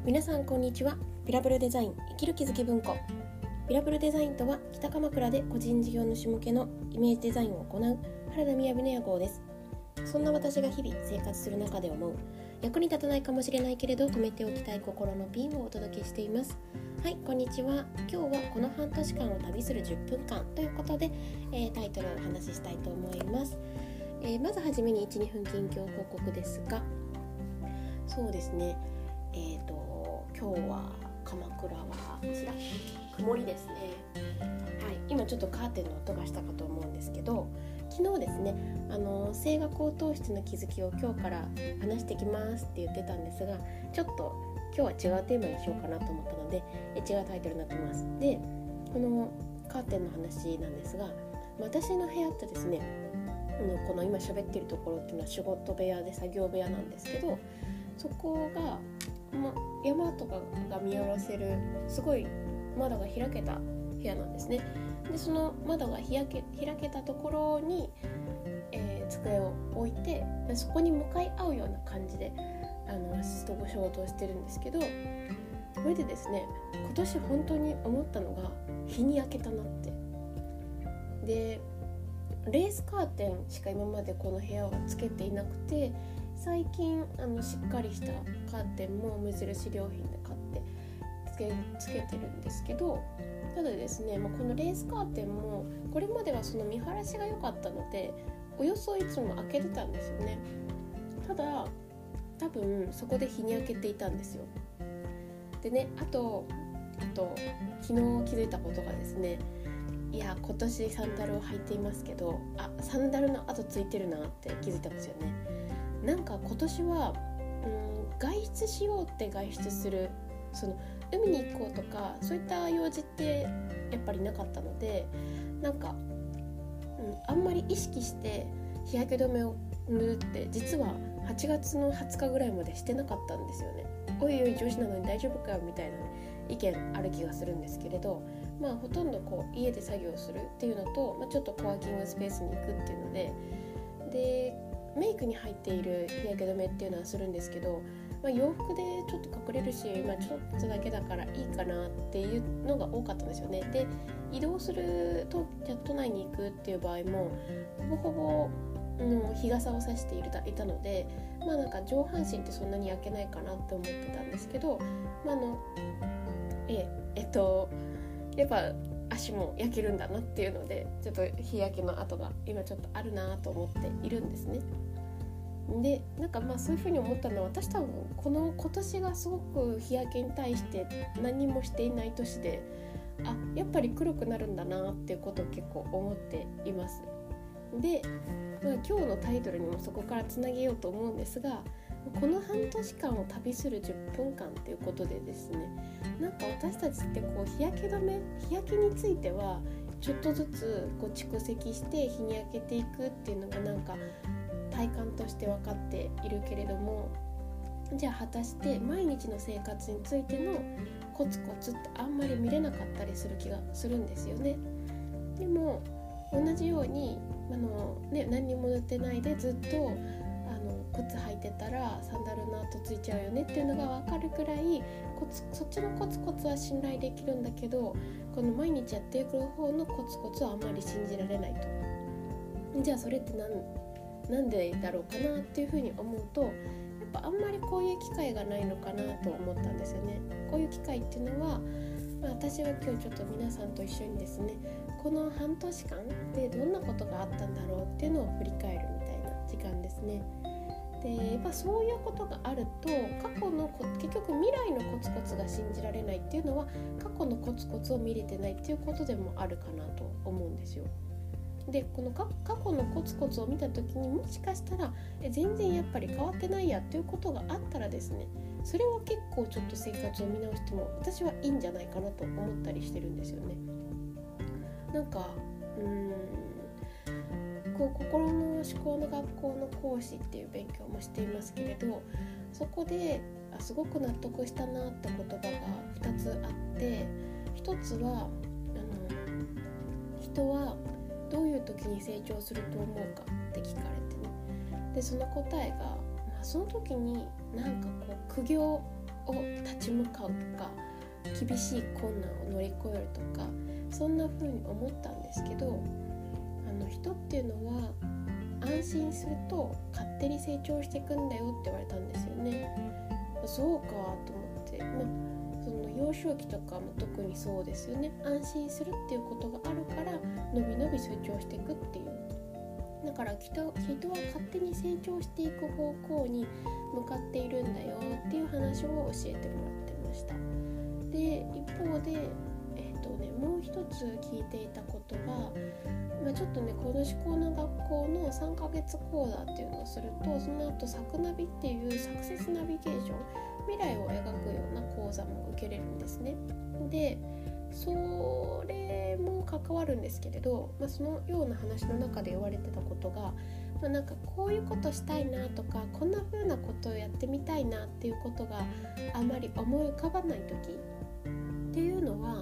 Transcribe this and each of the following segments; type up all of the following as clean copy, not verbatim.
皆さんこんにちは。ビラブルデザイン生きる気づき文庫。ビラブルデザインとは北鎌倉で個人事業主向けのイメージデザインを行う原田雅の屋号です。そんな私が日々生活する中で思う役に立たないかもしれないけれど止めておきたい心のピンをお届けしています。はい、こんにちは。今日はこの半年間を旅する10分間ということで、タイトルをお話ししたいと思います。まずはじめに 1,2 分近況報告ですが、そうですね、今日は鎌倉はこちら曇りですね。はい、今ちょっとカーテンの音がしたかと思うんですけど、昨日ですね、声楽を通しての気づきを今日から話してきますって言ってたんですが、ちょっと今日は違うテーマにしようかなと思ったので違うタイトルになってます。で、このカーテンの話なんですが、私の部屋ってですね、この今喋ってるところっていうのは仕事部屋で作業部屋なんですけど、そこが山とかが見下ろせるすごい窓が開けた部屋なんですね。で、その窓が開けたところに、机を置いて、そこに向かい合うような感じで仕事をしてるんですけど、それでですね、今年本当に思ったのが日に焼けたなって。で、レースカーテンしか今までこの部屋はつけていなくて、最近しっかりしたカーテンも無印良品で買ってつけてるんですけど、ただですね、このレースカーテンもこれまではその見晴らしが良かったのでおよそいつも開けてたんですよね。ただ多分そこで日に焼けていたんですよ。でね、あと昨日気づいたことがですね、いや今年サンダルを履いていますけど、サンダルの跡ついてるなって気づいたんですよね。なんか今年は外出しようって外出する、その海に行こうとかそういった用事ってやっぱりなかったので、なんか、あんまり意識して日焼け止めを塗るって実は8月の20日ぐらいまでしてなかったんですよね。おいおい女子なのに大丈夫かよみたいな、意見ある気がするんですけれど、ほとんど家で作業するっていうのと、ちょっとコワーキングスペースに行くっていうのでメイクに入っている日焼け止めっていうのはするんですけど、洋服でちょっと隠れるし、ちょっとだけだからいいかなっていうのが多かったんですよね。で、移動すると都内に行くっていう場合もほぼ日傘を差していたので、なんか上半身ってそんなに焼けないかなって思ってたんですけど、やっぱ足も焼けるんだなっていうので、ちょっと日焼けの跡が今ちょっとあるなと思っているんですね。で、なんかそういうふうに思ったのは、私多分今年がすごく日焼けに対して何もしていない年で、やっぱり黒くなるんだなっていうことを結構思っています。で、今日のタイトルにもそこからつなげようと思うんですが、この半年間を旅する10分間っていうことでですね、なんか私たちって日焼けについてはちょっとずつ蓄積して日に焼けていくっていうのがなんか体感として分かっているけれども、じゃあ果たして毎日の生活についてのコツコツってあんまり見れなかったりする気がするんですよね。でも同じように何にも塗ってないでずっと靴履いてたらサンダルの跡ついちゃうよねっていうのが分かるくらい、そっちのコツコツは信頼できるんだけど、この毎日やっていく方のコツコツはあんまり信じられないと。じゃあそれってなんでだろうかなっていうふうに思うと、やっぱあんまりこういう機会がないのかなと思ったんですよね。こういう機会っていうのは、私は今日ちょっと皆さんと一緒にですね、この半年間でどんなことがあったんだろうっていうのを振り返るみたいな時間ですね。で、そういうことがあると結局未来のコツコツが信じられないっていうのは、過去のコツコツを見れてないっていうことでもあるかなと思うんですよ。で、この過去のコツコツを見た時に、もしかしたら全然やっぱり変わってないやっていうことがあったらですね、それは結構ちょっと生活を見直しても私はいいんじゃないかなと思ったりしてるんですよね。なんか心の思考の学校の講師っていう勉強もしていますけれど、そこですごく納得したなって言葉が2つあって、1つは人はどういう時に成長すると思うかって聞かれてね、でその答えが、その時になんか苦行をを立ち向かうとか、厳しい困難を乗り越えるとか、そんな風に思ったんですけど、人っていうのは安心すると勝手に成長していくんだよって言われたんですよね。そうかと思って、その幼少期とかも特にそうですよね。安心するっていうことがあるからのびのび成長していくっていう。だから人は勝手に成長していく方向に向かっているんだよっていう話を教えてもらってました。で、一方でもう一つ聞いていたことは、ちょっとね、この思考の学校の3ヶ月講座っていうのをすると、その後サクナビっていうサクセスナビゲーション、未来を描くような講座も受けれるんですね。で、それも関わるんですけれど、そのような話の中で言われてたことが、なんかこういうことしたいなとか、こんな風なことをやってみたいなっていうことがあまり思い浮かばない時っていうのは、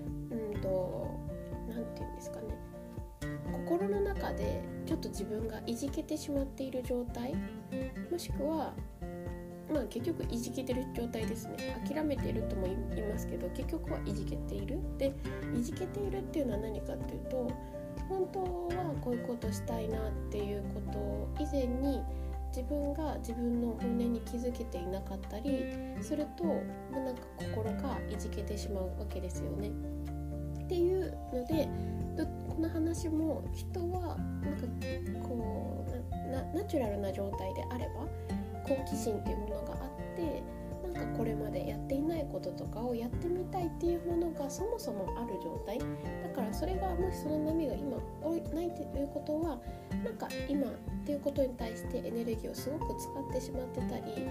なんていうんですかね、心の中でちょっと自分がいじけてしまっている状態、もしくは結局いじけてる状態ですね。諦めているとも言いますけど、結局はいじけている。で、いじけているっていうのは何かっていうと、本当はこういうことしたいなっていうことを以前に自分が自分の本音に気づけていなかったりすると、なんか心がいじけてしまうわけですよね。っていうので、この話も人はなんかこうナチュラルな状態であれば好奇心っていうものがあって、なんかこれまでやっていないこととかをやってみたいっていうものがそもそもある状態だから、それがもしその波が今ないということは、なんか今っていうことに対してエネルギーをすごく使ってしまってたり、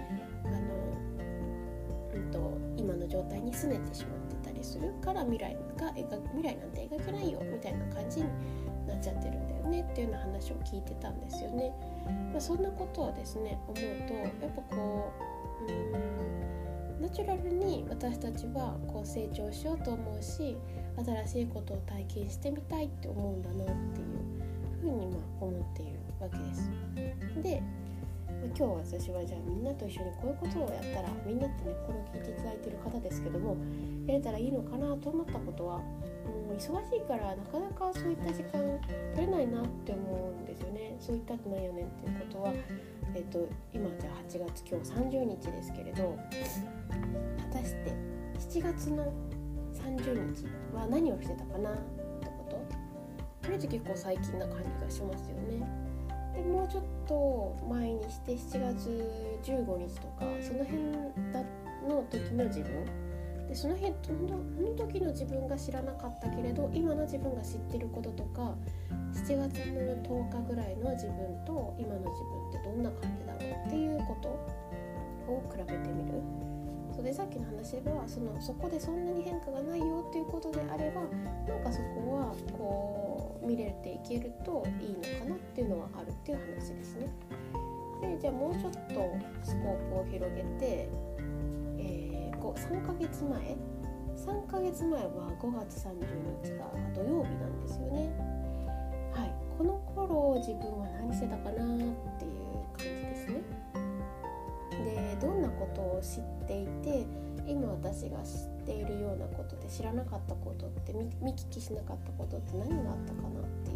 今の状態に拗ねてしまってたりするから、未来なんて描けないよみたいな感じになっちゃってるんだよねっていうような話を聞いてたんですよね。そんなことをですね思うと、やっぱこうナチュラルに私たちはこう成長しようと思うし、新しいことを体験してみたいって思うんだなっていうふうに思っているわけです。で、今日私はじゃあみんなと一緒にこういうことをやったら、みんなってね、これを聞いていただいている方ですけども、やれたらいいのかなと思ったことは、忙しいからなかなかそういった時間取れないなって思うんですよね。そういったってなんやねんっていうことは、今じゃあ8月今日30日ですけれど、果たして7月の30日は何をしてたかなってこと、これって結構最近な感じがしますよね。でもうちょっと前にして7月15日とかその辺の時の自分で、その時の自分が知らなかったけれど今の自分が知ってることとか、7月の10日ぐらいの自分と今の自分ってどんな感じだろうっていうことを比べてみる。それでさっきの話ではそこでそんなに変化がないよっていうことであれば、なんかそこはこう見れていけるといいのかなっていうのはあるっていう話ですね。で、じゃあもうちょっとスコープを広げて、3ヶ月前は5月30日が土曜日なんですよね。はい、この頃自分は何してたかなっていう感じですね。で、どんなことを知っていて、今私が知っているようなことで知らなかったことって、見聞きしなかったことって何があったかなって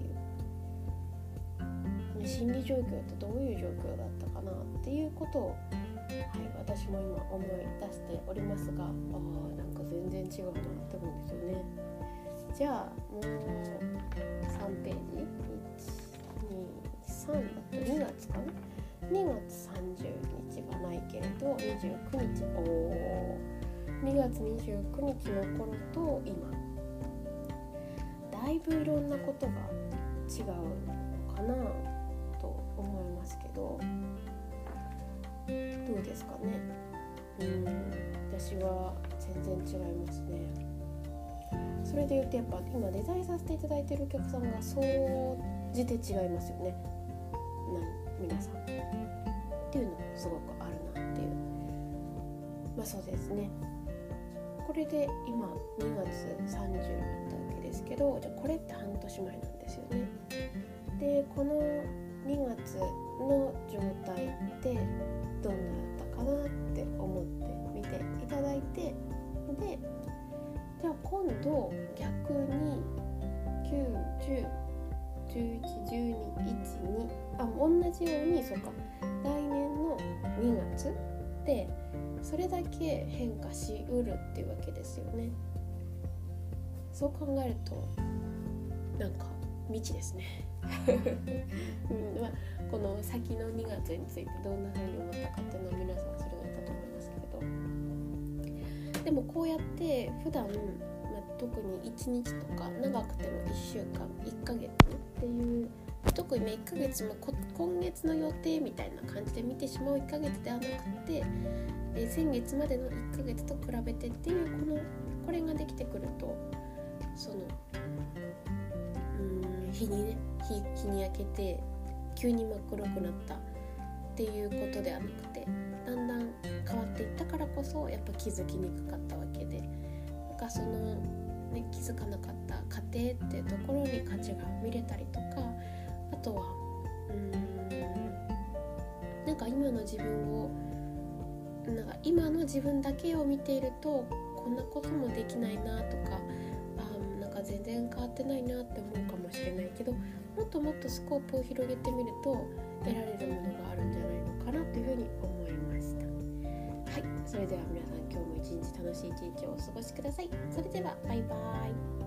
いう、心理状況ってどういう状況だったかなっていうことを、私も今思い出しておりますが、なんか全然違うなって思うんですよね。じゃあもう3ページ1、2、3だと2月かな、2月30日はないけれど29日2月29日の頃と今だいぶいろんなことが違うのかなと思いますけど、どうですかね。私は全然違いますね。それでいうとやっぱ今デザインさせていただいているお客さんが総じて違いますよね。皆さんっていうのもすごくあるなっていう。そうですね。これで今2月30になったわけですけど、じゃあこれって半年前なんですよね。で、この2月の状態ってどんなだったかなって思ってみていた今度逆に9、10、11、12、1、2同じようにそうか来年の2月でそれだけ変化しうるっていうわけですよね。そう考えるとなんか未知ですね、この先の2月についてどんな風に思ったかっていうのは皆さんそれぞれだと思いますけど、でもこうやって普段、特に1日とか長くても1週間1ヶ月っていう特にね1ヶ月も今月の予定みたいな感じで見てしまう1ヶ月ではなくて、先月までの1ヶ月と比べてっていうこれができてくるとその日に焼けて急に真っ黒くなったっていうことではなくてだんだん変わっていったからこそやっぱ気づきにくかったわけで、なんかその、気づかなかった過程っていうところに価値が見れたりとか、あとはなんか今の自分だけを見ているとこんなこともできないなとかなんか全然変わってないなって思うかもしれないけど、もっともっとスコープを広げてみると得られるものがあるんじゃないのかなというふうに思いました。はい、それでは皆さん今日も一日楽しい一日をお過ごしください。それではバイバイ。